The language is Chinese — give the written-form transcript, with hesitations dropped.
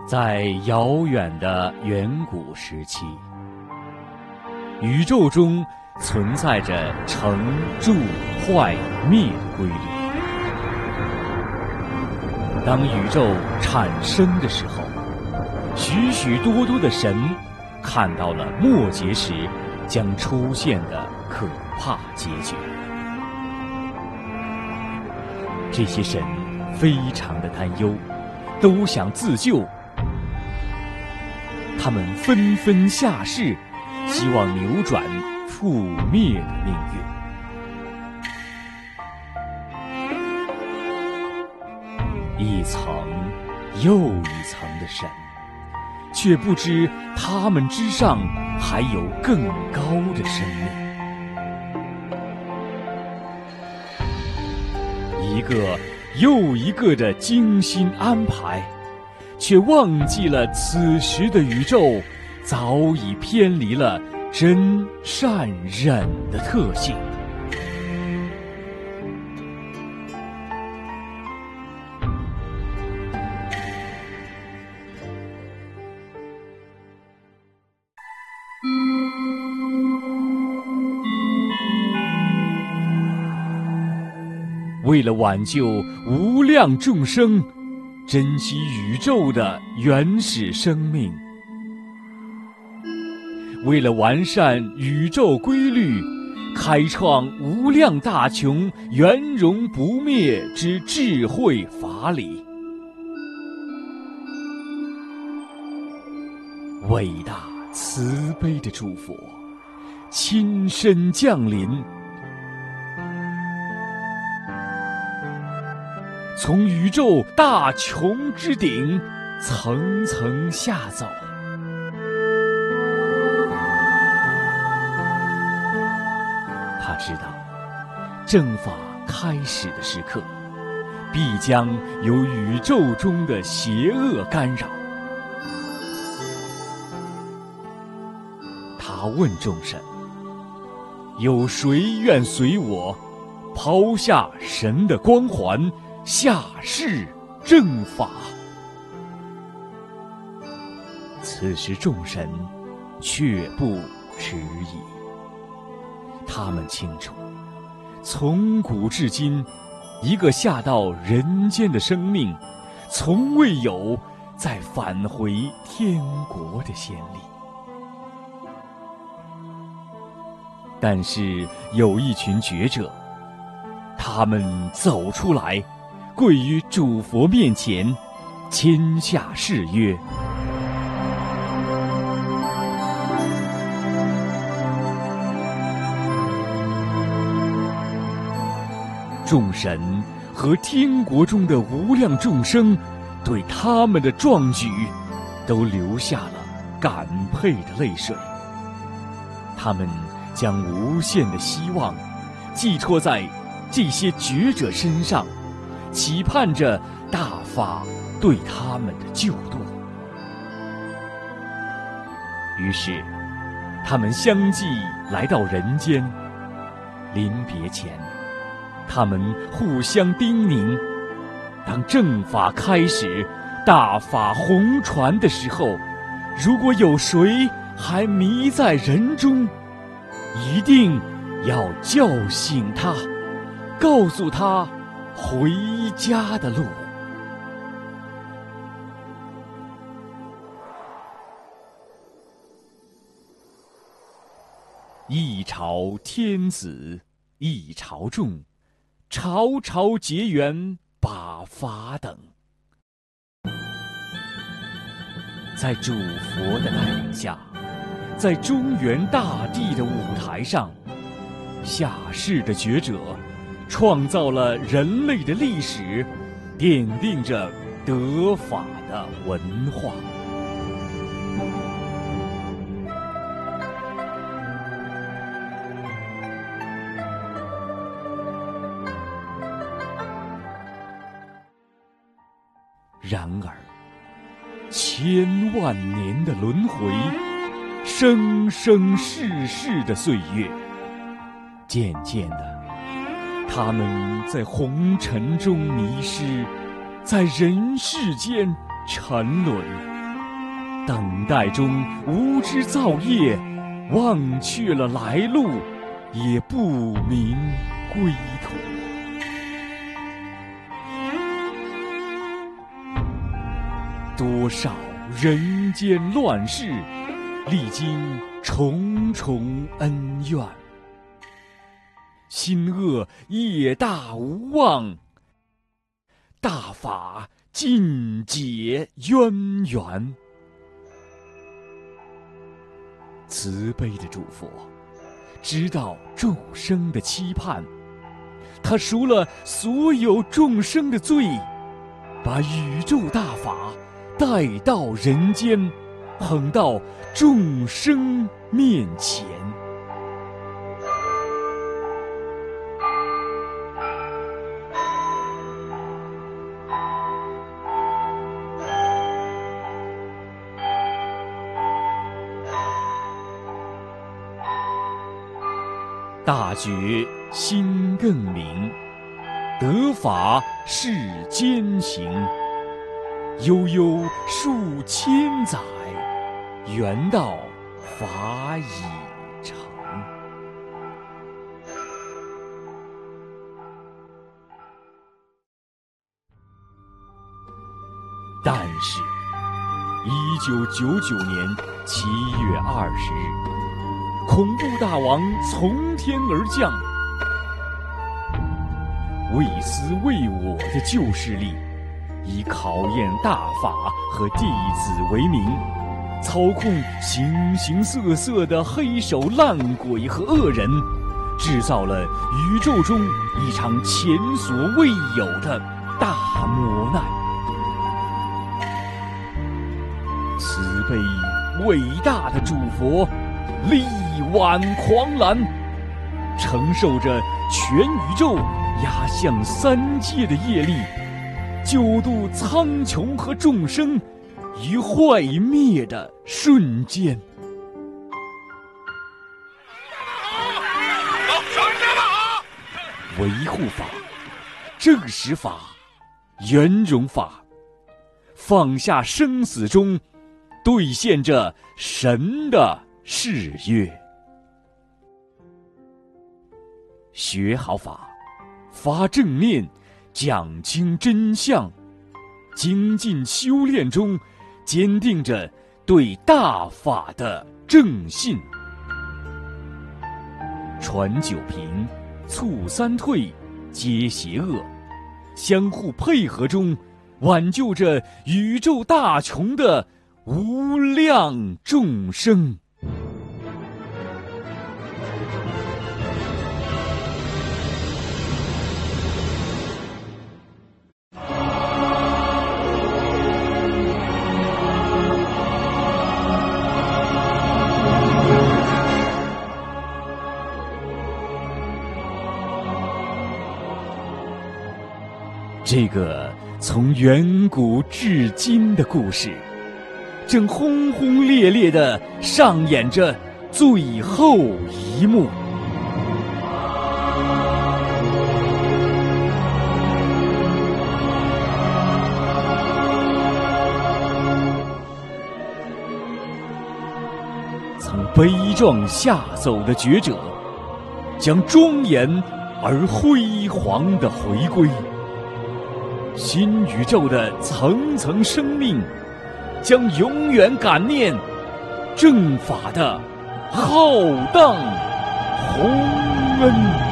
在遥远的远古时期，宇宙中存在着成、住、坏、灭的规律。当宇宙产生的时候，许许多多的神看到了末节时将出现的可怕结局。这些神非常的担忧，都想自救。他们纷纷下世，希望扭转覆灭的命运。一层又一层的神，却不知他们之上还有更高的生命。一个又一个的精心安排，却忘记了此时的宇宙早已偏离了真善忍的特性。为了挽救无量众生，珍惜宇宙的原始生命，为了完善宇宙规律，开创无量大穷圆融不灭之智慧法理，伟大慈悲的诸佛亲身降临，从宇宙大穷之顶层层下走。他知道正法开始的时刻，必将有宇宙中的邪恶干扰。他问众神：有谁愿随我抛下神的光环，下世正法？此时众神却不迟疑，他们清楚，从古至今，一个下到人间的生命，从未有再返回天国的先例。但是有一群觉者，他们走出来，跪于主佛面前，签下誓约。众神和天国中的无量众生，对他们的壮举，都流下了感佩的泪水。他们将无限的希望寄托在这些觉者身上，期盼着大法对他们的救度。于是他们相继来到人间，临别前他们互相叮咛，当正法开始，大法弘传的时候，如果有谁还迷在人中，一定要叫醒他，告诉他回家的路。一朝天子一朝众，朝朝结缘把法等。在主佛的带领下，在中原大地的舞台上，下世的觉者创造了人类的历史，奠定着得法的文化。然而千万年的轮回，生生世世的岁月，渐渐的，他们在红尘中迷失，在人世间沉沦。 等待中无知造业，忘却了来路，也不明归途。多少人间乱世，历经重重恩怨，心恶业大无望，大法尽解渊源。慈悲的主佛知道众生的期盼，他赎了所有众生的罪，把宇宙大法带到人间，捧到众生面前。大觉心更明，得法世间行。悠悠数千载，缘到法已成。但是1999年7月20日，恐怖大王从天而降，为私为我的旧势力，以考验大法和弟子为名，操控形形色色的黑手烂鬼和恶人，制造了宇宙中一场前所未有的大磨难。慈悲伟大的主佛力挽狂澜，承受着全宇宙压向三界的业力，救度苍穹和众生于坏灭的瞬间。维护法、正实法、圆融法，放下生死中，兑现着神的誓约。学好法，发正念，讲清真相，精进修炼中，坚定着对大法的正信。传九平，促三退，皆邪恶，相互配合中，挽救着宇宙大穷的无量众生。这个从远古至今的故事，正轰轰烈烈地上演着最后一幕。曾悲壮下走的觉者，将庄严而辉煌地回归。新宇宙的层层生命，将永远感念正法的浩荡宏恩。